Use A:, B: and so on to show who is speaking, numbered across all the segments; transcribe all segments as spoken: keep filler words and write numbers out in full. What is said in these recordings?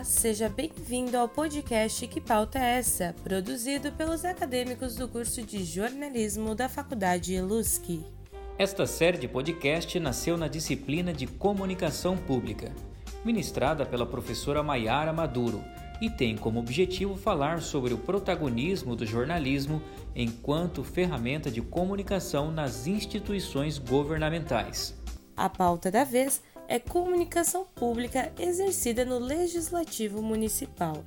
A: Olá, seja bem-vindo ao podcast Que Pauta é Essa?, produzido pelos acadêmicos do curso de jornalismo da Faculdade ELUSC.
B: Esta série de podcast nasceu na disciplina de Comunicação Pública, ministrada pela professora Maiara Maduro, e tem como objetivo falar sobre o protagonismo do jornalismo enquanto ferramenta de comunicação nas instituições governamentais.
A: A pauta da vez é comunicação pública exercida no Legislativo Municipal.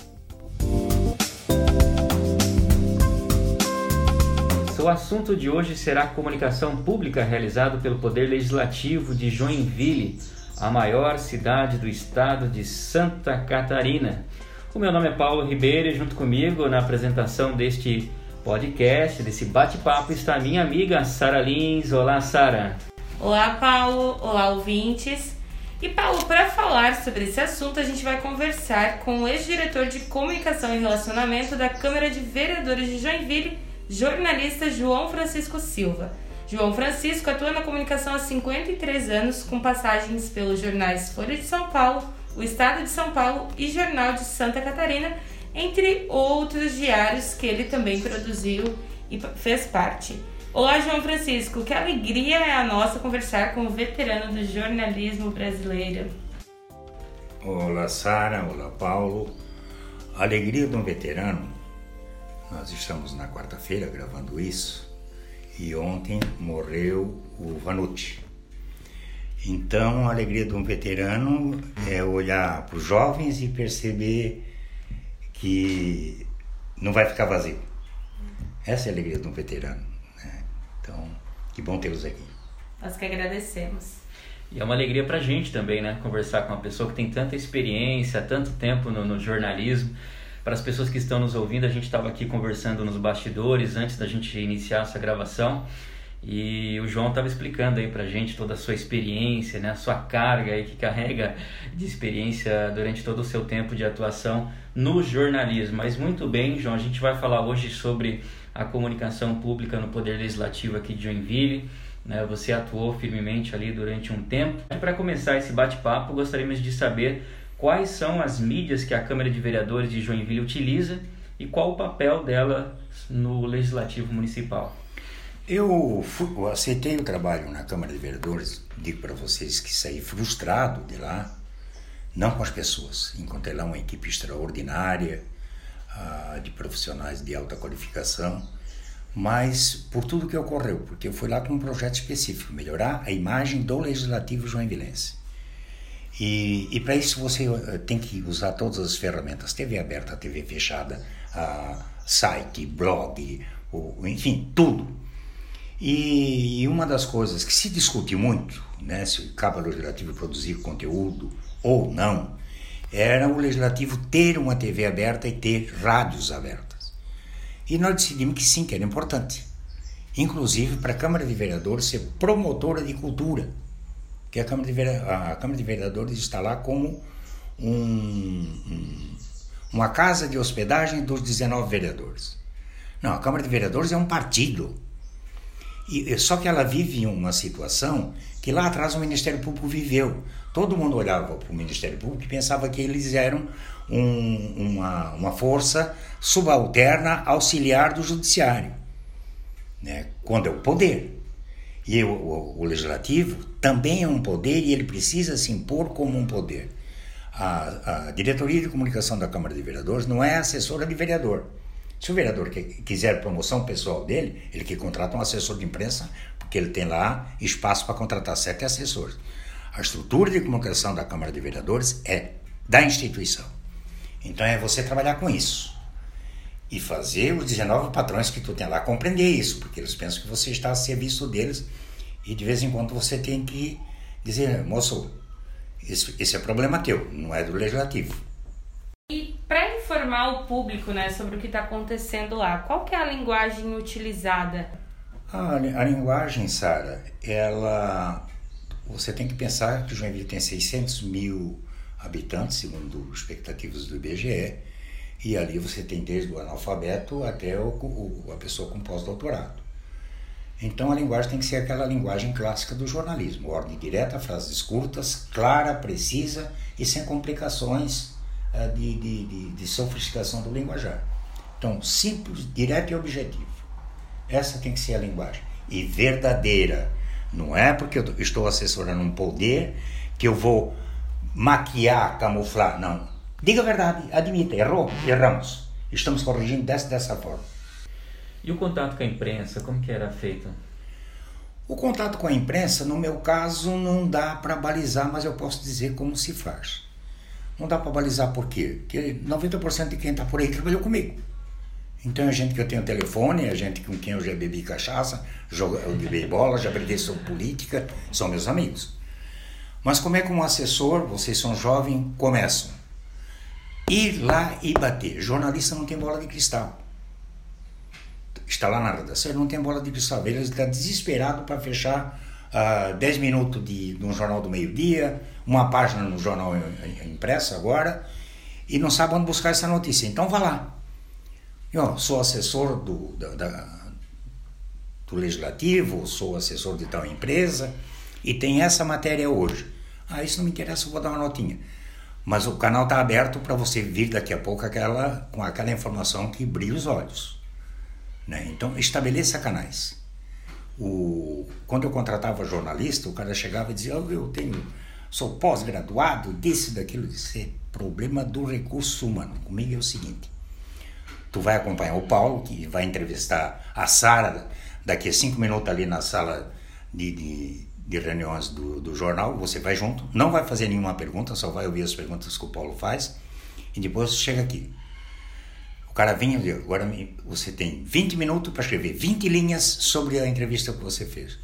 B: O assunto de hoje será a comunicação pública realizada pelo Poder Legislativo de Joinville, a maior cidade do estado de Santa Catarina. O meu nome é Paulo Ribeiro e junto comigo na apresentação deste podcast, desse bate-papo, está a minha amiga Sara Lins. Olá, Sara.
C: Olá, Paulo. Olá, ouvintes. E, Paulo, para falar sobre esse assunto, a gente vai conversar com o ex-diretor de Comunicação e Relacionamento da Câmara de Vereadores de Joinville, jornalista João Francisco Silva. João Francisco atua na comunicação há cinquenta e três anos, com passagens pelos jornais Folha de São Paulo, O Estado de São Paulo e Jornal de Santa Catarina, entre outros diários que ele também produziu e fez parte. Olá, João Francisco, que alegria é a nossa conversar com o veterano do jornalismo brasileiro.
D: Olá, Sara, olá, Paulo. A alegria de um veterano, nós estamos na quarta-feira gravando isso, e ontem morreu o Vanucci. Então, a alegria de um veterano é olhar para os jovens e perceber que não vai ficar vazio. Essa é a alegria de um veterano. Então, que bom tê-los aqui.
C: Nós que agradecemos.
B: E é uma alegria pra gente também, né? Conversar com uma pessoa que tem tanta experiência, tanto tempo no, no jornalismo. Para as pessoas que estão nos ouvindo, a gente estava aqui conversando nos bastidores antes da gente iniciar essa gravação. E o João estava explicando aí pra gente toda a sua experiência, né? A sua carga aí que carrega de experiência durante todo o seu tempo de atuação no jornalismo. Mas muito bem, João, a gente vai falar hoje sobre a comunicação pública no Poder Legislativo aqui de Joinville, né? Você atuou firmemente ali durante um tempo. Para começar esse bate-papo, gostaríamos de saber quais são as mídias que a Câmara de Vereadores de Joinville utiliza e qual o papel dela no Legislativo Municipal.
D: Eu, fui, eu aceitei o trabalho na Câmara de Vereadores, digo para vocês que saí frustrado de lá, não com as pessoas. Encontrei lá uma equipe extraordinária, de profissionais de alta qualificação, mas por tudo que ocorreu, porque eu fui lá com um projeto específico, melhorar a imagem do Legislativo joinvilense. E, e para isso você tem que usar todas as ferramentas, T V aberta, T V fechada, uh, site, blog, ou, enfim, tudo. E, e uma das coisas que se discute muito, né, se cabe ao Legislativo produzir conteúdo ou não, era o Legislativo ter uma T V aberta e ter rádios abertas. E nós decidimos que sim, que era importante. Inclusive para a Câmara de Vereadores ser promotora de cultura. Que a Câmara de, Vere... a Câmara de Vereadores está lá como um, um, uma casa de hospedagem dos dezenove vereadores. Não, a Câmara de Vereadores é um partido. E, só que ela vive uma situação que lá atrás o Ministério Público viveu. Todo mundo olhava para o Ministério Público e pensava que eles eram um, uma, uma força subalterna auxiliar do Judiciário, né? Quando é o poder. E o, o, o Legislativo também é um poder e ele precisa se impor como um poder. A, a Diretoria de Comunicação da Câmara de Vereadores não é assessora de vereador. Se o vereador que, quiser promoção pessoal dele, ele que contrata um assessor de imprensa, porque ele tem lá espaço para contratar sete assessores. A estrutura de comunicação da Câmara de Vereadores é da instituição. Então é você trabalhar com isso. E fazer os dezenove patrões que tu tem lá compreender isso, porque eles pensam que você está a serviço deles e de vez em quando você tem que dizer, moço, esse, esse é problema teu, não é do Legislativo.
C: E para informar o público, né, sobre o que está acontecendo lá, qual que é a linguagem utilizada?
D: A, a linguagem, Sara, ela... Você tem que pensar que Joinville tem seiscentos mil habitantes, segundo expectativas do I B G E, e ali você tem desde o analfabeto até o, o, a pessoa com pós-doutorado. Então a linguagem tem que ser aquela linguagem clássica do jornalismo, ordem direta, frases curtas, clara, precisa e sem complicações uh, de, de, de, de sofisticação do linguajar. Então, simples, direto e objetivo. Essa tem que ser a linguagem. E verdadeira. Não é porque eu estou assessorando um poder que eu vou maquiar, camuflar. Não. Diga a verdade, admita, errou, erramos. Estamos corrigindo dessa, dessa forma.
B: E o contato com a imprensa, como que era feito?
D: O contato com a imprensa, no meu caso, não dá para balizar, mas eu posso dizer como se faz. Não dá para balizar por quê? Porque noventa por cento de quem está por aí trabalhou comigo. Então é gente que eu tenho telefone, é gente com quem eu já bebi cachaça, jogo, eu bebi bola, já briguei sobre política, são meus amigos. Mas como é que um assessor, vocês são jovens, começam? Ir lá e bater. Jornalista não tem bola de cristal. Está lá na redação, ele não tem bola de cristal. Ele está desesperado para fechar uh, dez minutos de, de um jornal do meio-dia, uma página no jornal impresso agora, e não sabe onde buscar essa notícia. Então vá lá. Eu sou assessor do, da, da, do Legislativo, sou assessor de tal empresa, e tem essa matéria hoje. Ah, isso não me interessa, eu vou dar uma notinha. Mas o canal está aberto para você vir daqui a pouco aquela, com aquela informação que brilha os olhos. Né? Então, estabeleça canais. O, quando eu contratava jornalista, o cara chegava e dizia, oh, eu tenho, sou pós-graduado, disso, daquilo. Isso é problema do recurso humano. Comigo é o seguinte, tu vai acompanhar o Paulo, que vai entrevistar a Sara daqui a cinco minutos ali na sala de, de, de reuniões do, do jornal, você vai junto, não vai fazer nenhuma pergunta, só vai ouvir as perguntas que o Paulo faz, e depois chega aqui. O cara vem e diz, agora você tem vinte minutos para escrever vinte linhas sobre a entrevista que você fez.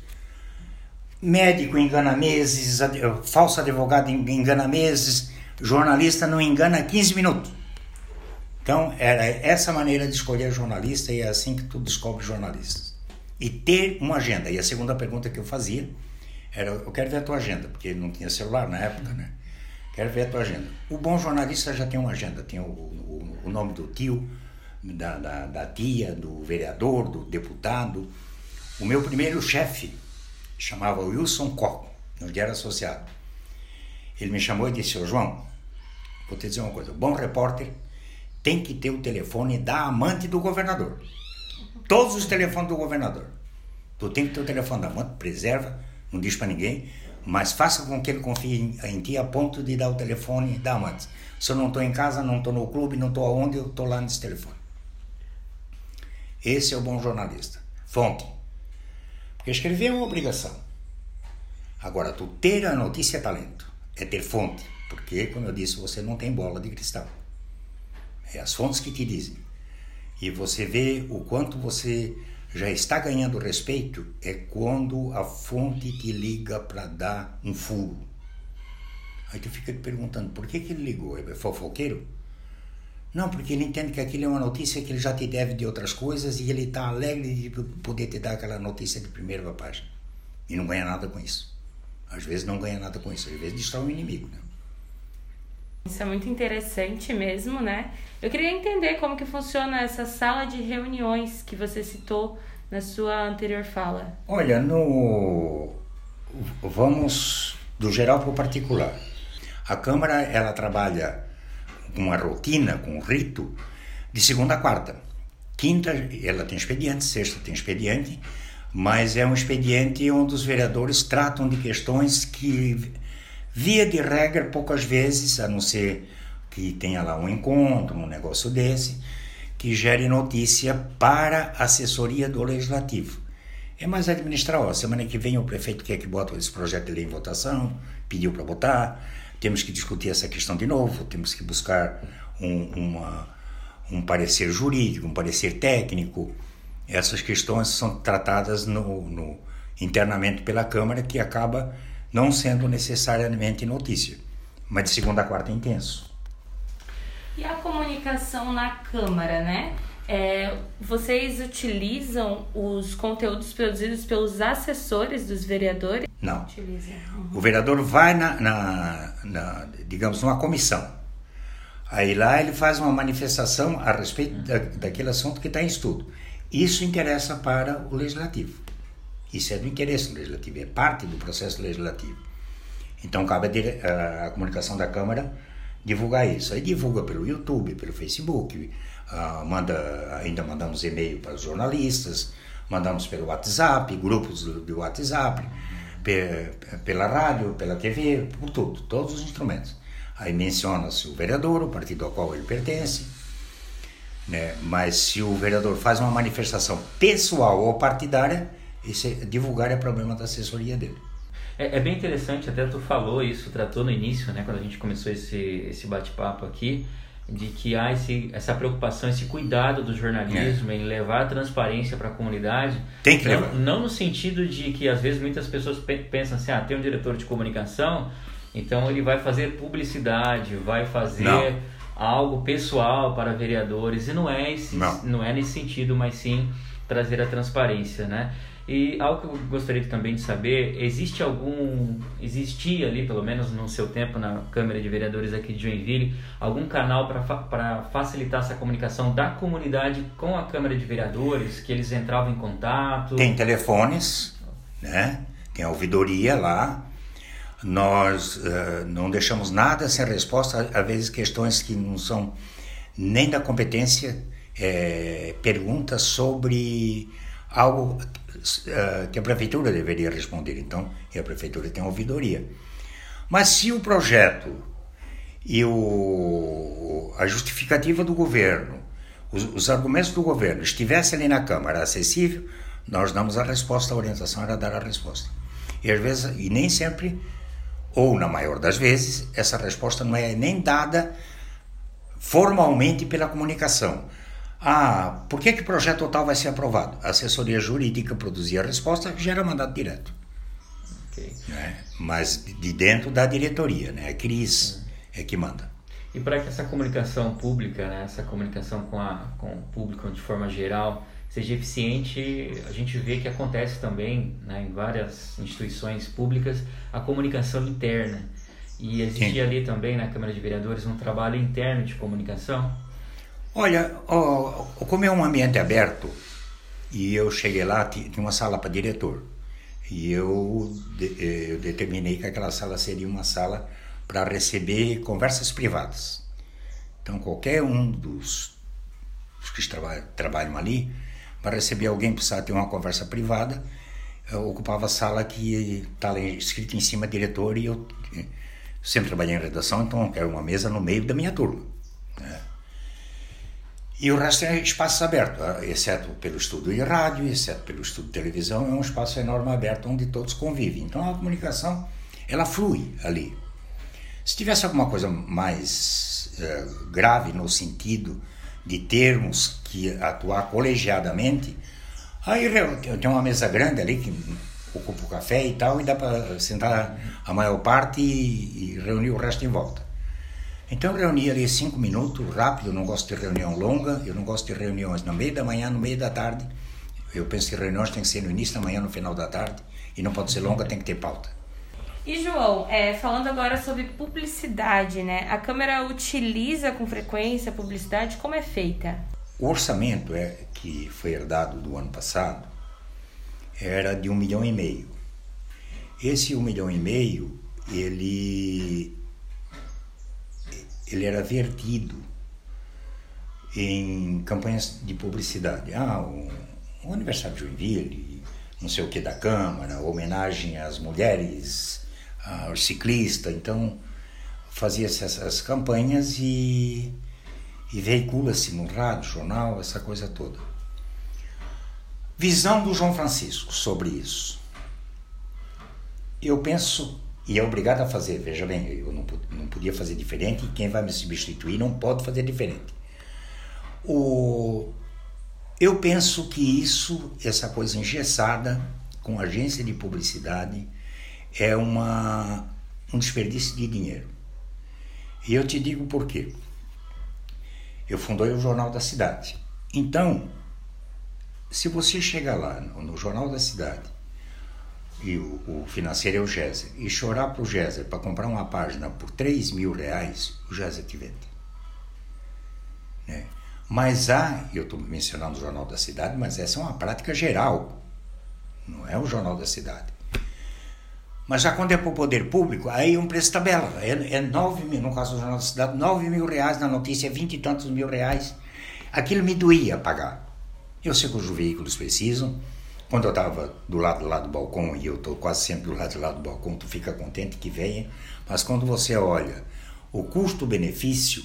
D: Médico engana meses, ad, falso advogado engana meses, jornalista não engana quinze minutos. Então, era essa maneira de escolher jornalista e é assim que tu descobre jornalistas. E ter uma agenda. E a segunda pergunta que eu fazia era, eu quero ver a tua agenda, porque não tinha celular na época, né? Quero ver a tua agenda. O bom jornalista já tem uma agenda, tem o, o, o nome do tio, da, da, da tia, do vereador, do deputado. O meu primeiro chefe chamava Wilson Koch, no Diário Associado. Ele me chamou e disse, ô João, vou te dizer uma coisa, o bom repórter tem que ter o telefone da amante do governador. Todos os telefones do governador. Tu tem que ter o telefone da amante, preserva, não diz para ninguém, mas faça com que ele confie em, em ti a ponto de dar o telefone da amante. Se eu não estou em casa, não estou no clube, não estou aonde, eu estou lá nesse telefone. Esse é o bom jornalista. Fonte. Porque escrever é uma obrigação. Agora, tu ter a notícia é talento. É ter fonte. Porque, como eu disse, você não tem bola de cristal. É as fontes que te dizem. E você vê o quanto você já está ganhando respeito é quando a fonte te liga para dar um furo. Aí tu fica te perguntando, por que que ele ligou? É fofoqueiro? Não, porque ele entende que aquilo é uma notícia que ele já te deve de outras coisas e ele está alegre de poder te dar aquela notícia de primeira página. E não ganha nada com isso. Às vezes não ganha nada com isso, às vezes destrói o inimigo, né?
C: Isso é muito interessante mesmo, né? Eu queria entender como que funciona essa sala de reuniões que você citou na sua anterior fala.
D: Olha, no... vamos do geral para o particular. A Câmara, ela trabalha com uma rotina, com um rito, de segunda a quarta. Quinta, ela tem expediente, sexta tem expediente, mas é um expediente onde os vereadores tratam de questões que, via de regra, poucas vezes, a não ser que tenha lá um encontro, um negócio desse, que gere notícia para a assessoria do Legislativo. É mais administrar, ó, semana que vem o prefeito quer que bota esse projeto de lei em votação, pediu para botar, temos que discutir essa questão de novo, temos que buscar um, uma, um parecer jurídico, um parecer técnico. Essas questões são tratadas no, no, internamente pela Câmara, que acaba não sendo necessariamente notícia, mas de segunda a quarta é intenso.
C: E a comunicação na Câmara, né? É, vocês utilizam os conteúdos produzidos pelos assessores dos vereadores?
D: Não.
C: Utilizam. Uhum.
D: O vereador vai na, na, na, digamos, numa comissão. Aí lá ele faz uma manifestação a respeito da, daquele assunto que está em estudo. Isso interessa para o Legislativo. Isso é do interesse do Legislativo, é parte do processo legislativo. Então cabe a, dire... a comunicação da Câmara divulgar isso. Aí divulga pelo YouTube, pelo Facebook, uh, manda, ainda mandamos e-mail para os jornalistas, mandamos pelo WhatsApp, grupos do, do WhatsApp, pe, pela rádio, pela T V, por tudo, todos os instrumentos. Aí menciona-se o vereador, o partido ao qual ele pertence, né? Mas se o vereador faz uma manifestação pessoal ou partidária, isso é, divulgar é problema da assessoria dele.
B: É, é bem interessante, até tu falou isso, tratou no início, né, quando a gente começou esse, esse bate-papo aqui, de que há esse, essa preocupação, esse cuidado do jornalismo é. em levar a transparência para a comunidade.
D: Tem que
B: não,
D: levar.
B: Não no sentido de que às vezes muitas pessoas pensam assim, ah, tem um diretor de comunicação, então ele vai fazer publicidade, vai fazer não. algo pessoal para vereadores, e não é, esse, não. não é nesse sentido, mas sim trazer a transparência, né? E algo que eu gostaria também de saber, existe algum, existia ali, pelo menos no seu tempo na Câmara de Vereadores aqui de Joinville, algum canal para fa- facilitar essa comunicação da comunidade com a Câmara de Vereadores, que eles entravam em contato?
D: Tem telefones, né? Tem a ouvidoria lá. Nós uh, não deixamos nada sem resposta, às vezes questões que não são nem da competência, é, perguntas sobre algo uh, que a prefeitura deveria responder. Então, e a prefeitura tem a ouvidoria. Mas se o projeto e o, a justificativa do governo, os, os argumentos do governo estivessem ali na Câmara acessível, nós damos a resposta, a orientação era dar a resposta. E às vezes, e nem sempre, ou na maior das vezes, essa resposta não é nem dada formalmente pela comunicação. Ah, por que que o projeto tal vai ser aprovado? A assessoria jurídica produzia a resposta, gera mandato direto.
B: Okay.
D: Né? Mas de dentro da diretoria, né? A Cris uhum. é que manda.
B: E para que essa comunicação pública, né, essa comunicação com, a, com o público de forma geral, seja eficiente, a gente vê que acontece também, né, em várias instituições públicas, a comunicação interna. E existia ali também na Câmara de Vereadores um trabalho interno de comunicação?
D: Olha, ó, como é um ambiente aberto, e eu cheguei lá, tinha uma sala para diretor, e eu, eu determinei que aquela sala seria uma sala para receber conversas privadas. Então qualquer um dos, dos que trabalham, trabalham ali, para receber alguém precisava ter uma conversa privada, eu ocupava a sala que estava escrito em cima diretor, e eu, eu sempre trabalhei em redação, então eu quero uma mesa no meio da minha turma, né? E o resto é espaços abertos, exceto pelo estudo de rádio, exceto pelo estudo de televisão, é um espaço enorme aberto onde todos convivem. Então a comunicação, ela flui ali. Se tivesse alguma coisa mais eh, grave no sentido de termos que atuar colegiadamente, aí tem uma mesa grande ali que ocupa o café e tal, e dá para sentar a maior parte e, e reunir o resto em volta. Então eu reuni ali cinco minutos, rápido, eu não gosto de reunião longa, eu não gosto de reuniões no meio da manhã, no meio da tarde. Eu penso que reuniões tem que ser no início da manhã, no final da tarde, e não pode ser longa, tem que ter pauta.
C: E João, é, falando agora sobre publicidade, né? A Câmara utiliza com frequência a publicidade, como é feita?
D: O orçamento é, que foi herdado do ano passado era de um milhão e meio. Esse um milhão e meio, ele... ele era vertido em campanhas de publicidade. Ah, o, o aniversário de Joinville, não sei o que da Câmara, homenagem às mulheres, aos ciclistas. Então, fazia-se essas campanhas e, e veicula-se no rádio, jornal, essa coisa toda. Visão do João Francisco sobre isso. Eu penso... E é obrigado a fazer, veja bem, eu não, não podia fazer diferente, e quem vai me substituir não pode fazer diferente. O, eu penso que isso, essa coisa engessada, com agência de publicidade, é uma, um desperdício de dinheiro. E eu te digo por quê. Eu fundei o Jornal da Cidade. Então, se você chegar lá no, no Jornal da Cidade, e o, o financeiro é o Géser, e chorar para o Géser para comprar uma página por três mil reais, o Géser te vende. Né? Mas há, eu estou mencionando o Jornal da Cidade, mas essa é uma prática geral, não é o Jornal da Cidade. Mas já quando é para o poder público, aí é um preço tabela. É, é nove mil, no caso do Jornal da Cidade, nove mil reais na notícia, vinte e tantos mil reais. Aquilo me doía pagar. Eu sei que os veículos precisam. Quando eu estava do lado, do lado do balcão, e eu estou quase sempre do lado, do lado do balcão, tu fica contente que venha. Mas quando você olha o custo-benefício,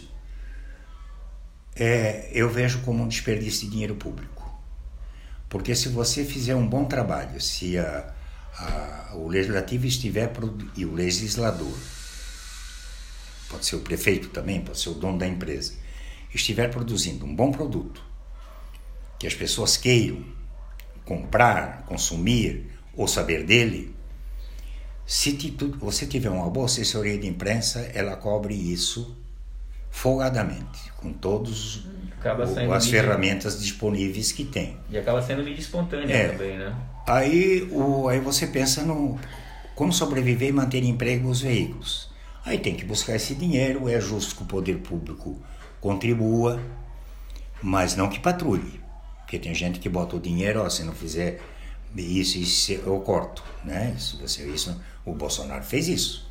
D: é, eu vejo como um desperdício de dinheiro público. Porque se você fizer um bom trabalho, se a A, o legislativo estiver e o legislador, pode ser o prefeito também, pode ser o dono da empresa, estiver produzindo um bom produto que as pessoas queiram comprar, consumir ou saber dele, se você tiver uma boa assessoria de imprensa, ela cobre isso folgadamente, com todas as ferramentas disponíveis que tem.
B: E acaba sendo mídia espontânea é. também, né?
D: Aí, o, aí você pensa no como sobreviver e manter emprego os veículos. Aí tem que buscar esse dinheiro, é justo que o poder público contribua, mas não que patrulhe. Porque tem gente que bota o dinheiro, ó, se não fizer isso, isso eu corto. Né? Isso, você, isso, o Bolsonaro fez isso.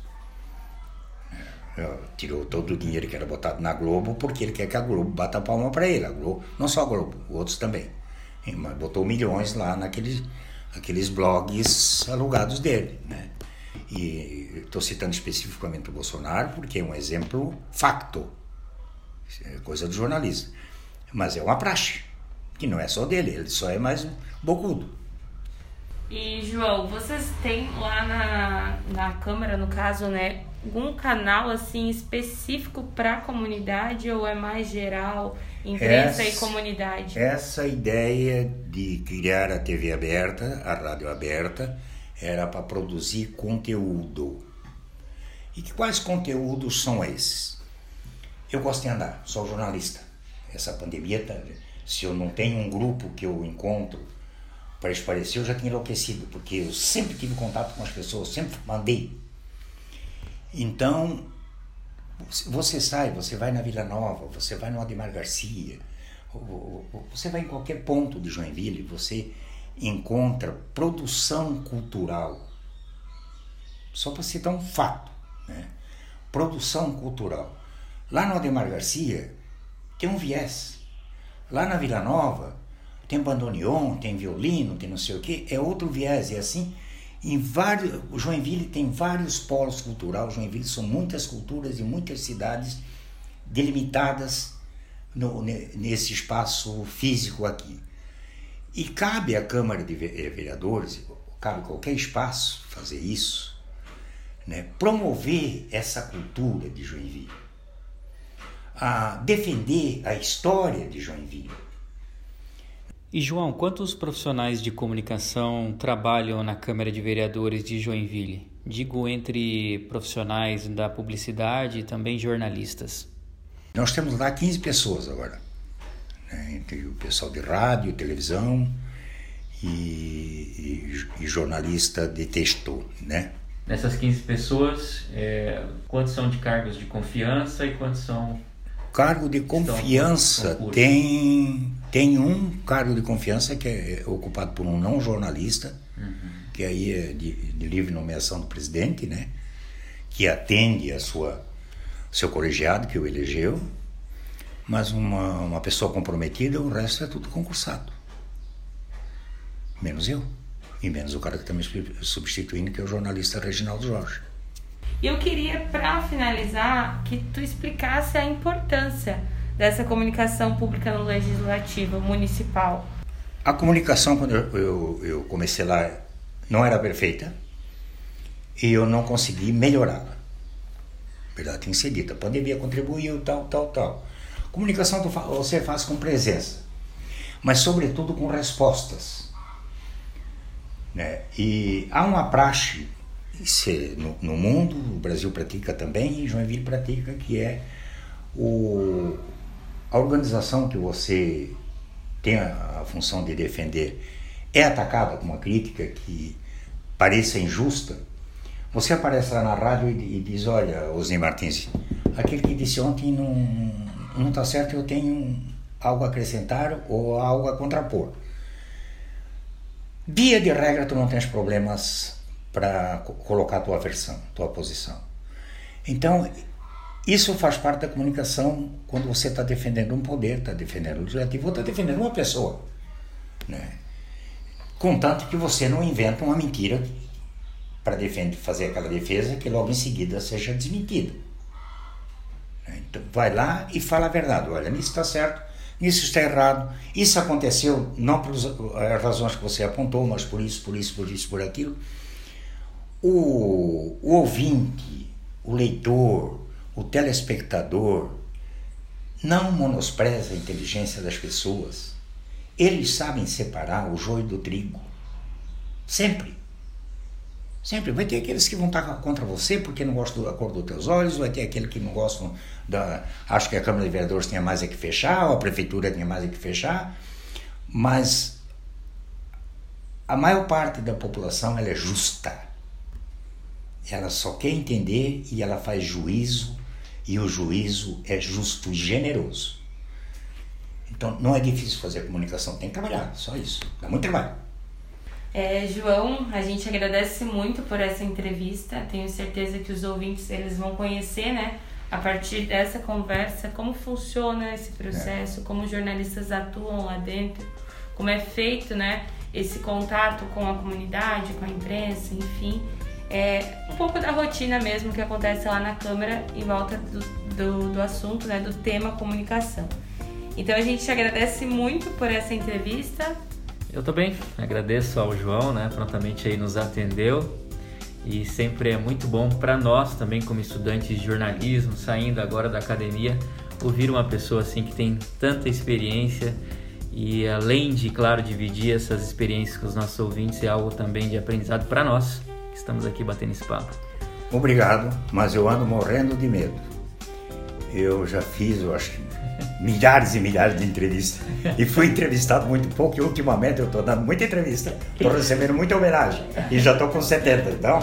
D: Tirou todo o dinheiro que era botado na Globo porque ele quer que a Globo bata a palma para ele. A Globo, não só a Globo, outros também. Mas botou milhões lá naqueles aqueles blogs alugados dele. Né? E estou citando especificamente o Bolsonaro porque é um exemplo facto. É coisa do jornalista. Mas é uma praxe, que não é só dele, ele só é mais um bocudo.
C: E, João, vocês têm lá na, na Câmara, no caso, né, algum canal assim específico para a comunidade ou é mais geral, imprensa essa, e comunidade?
D: Essa ideia de criar a T V aberta, a rádio aberta, era para produzir conteúdo. E que quais conteúdos são esses? Eu gosto de andar, sou jornalista. Essa pandemia, se eu não tenho um grupo que eu encontro para esparecer, eu já tinha enlouquecido, porque eu sempre tive contato com as pessoas, sempre mandei. Então, você sai, você vai na Vila Nova, você vai no Ademar Garcia, você vai em qualquer ponto de Joinville, você encontra produção cultural. Só para citar um fato, né? Produção cultural. Lá no Ademar Garcia tem um viés. Lá na Vila Nova tem bandoneon, tem violino, tem não sei o que, é outro viés, e assim, em vários, o Joinville tem vários polos culturais, Joinville são muitas culturas e muitas cidades delimitadas no, nesse espaço físico aqui. E cabe à Câmara de Vereadores, cabe a qualquer espaço fazer isso, né, promover essa cultura de Joinville, a defender a história de Joinville.
B: E, João, quantos profissionais de comunicação trabalham na Câmara de Vereadores de Joinville? Digo, entre profissionais da publicidade e também jornalistas.
D: Nós temos lá quinze pessoas agora, né? Entre o pessoal de rádio, televisão e, e, e jornalista de texto, né?
B: Nessas quinze pessoas, é, quantos são de cargos de confiança e quantos são...
D: Cargo de confiança tem, tem um cargo de confiança que é ocupado por um não jornalista, uhum. que aí é de, de livre nomeação do presidente, né? Que atende a sua seu colegiado que o elegeu, mas uma, uma pessoa comprometida, o resto é tudo concursado. Menos eu. E menos o cara que está me substituindo, que é o jornalista Reginaldo Jorge.
C: E eu queria, para finalizar, que tu explicasse a importância dessa comunicação pública no Legislativo Municipal.
D: A comunicação, quando eu, eu, eu comecei lá, não era perfeita e eu não consegui melhorá-la. Verdade tem que ser dita. A pandemia contribuiu, tal, tal, tal. Comunicação você faz com presença, mas sobretudo com respostas. Né? E há uma praxe no, no mundo, o Brasil pratica também e Joinville pratica, que é o, a organização que você tem a, a função de defender é atacada com uma crítica que pareça injusta. Você aparece lá na rádio e, e diz: olha, Osni Martins, aquele que disse ontem não está certo, eu tenho algo a acrescentar ou algo a contrapor. Via de regra, tu não tens problemas para colocar a tua versão, tua posição. Então, isso faz parte da comunicação quando você está defendendo um poder, está defendendo o legislativo, ou está defendendo uma pessoa, né? Contanto que você não inventa uma mentira para fazer aquela defesa que logo em seguida seja desmentida. Então, vai lá e fala a verdade. Olha, nisso está certo, nisso está errado. Isso aconteceu não pelas razões que você apontou, mas por isso, por isso, por isso, por aquilo. O, o ouvinte, o leitor, o telespectador não menospreza a inteligência das pessoas. Eles sabem separar o joio do trigo. Sempre. Sempre. Vai ter aqueles que vão estar contra você porque não gostam da cor dos teus olhos, vai ter aquele que não gostam da... Acho que a Câmara de Vereadores tinha mais é que fechar, ou a Prefeitura tinha mais é que fechar, mas a maior parte da população ela é justa. Ela só quer entender e ela faz juízo, e o juízo é justo e generoso. Então não é difícil fazer comunicação, tem que trabalhar, só isso, dá muito trabalho.
C: É, João, a gente agradece muito por essa entrevista, tenho certeza que os ouvintes eles vão conhecer, né, a partir dessa conversa, como funciona esse processo, é. como os jornalistas atuam lá dentro, como é feito, né, esse contato com a comunidade, com a imprensa, enfim, é um pouco da rotina mesmo que acontece lá na Câmara em volta do, do, do assunto, né, do tema comunicação. Então a gente agradece muito por essa entrevista.
B: Eu também agradeço ao João, né, prontamente aí nos atendeu, e sempre é muito bom para nós também como estudantes de jornalismo, saindo agora da academia, ouvir uma pessoa assim que tem tanta experiência e além de, claro, dividir essas experiências com os nossos ouvintes, é algo também de aprendizado para nós que estamos aqui batendo esse papo.
D: Obrigado, mas eu ando morrendo de medo. Eu já fiz, eu acho que milhares e milhares de entrevistas e fui entrevistado muito pouco e ultimamente eu estou dando muita entrevista, estou recebendo muita homenagem e já estou com setenta, então...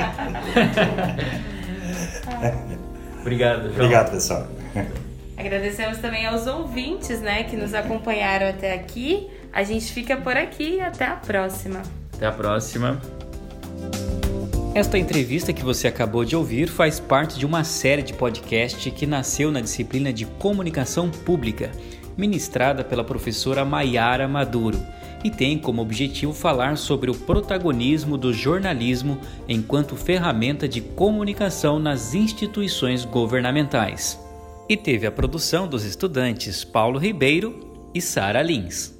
B: Obrigado, João.
D: Obrigado, pessoal.
C: Agradecemos também aos ouvintes, né, que nos acompanharam até aqui. A gente fica por aqui e até a próxima.
B: Até a próxima. Esta entrevista que você acabou de ouvir faz parte de uma série de podcast que nasceu na disciplina de Comunicação Pública, ministrada pela professora Maiara Maduro, e tem como objetivo falar sobre o protagonismo do jornalismo enquanto ferramenta de comunicação nas instituições governamentais. E teve a produção dos estudantes Paulo Ribeiro e Sara Lins.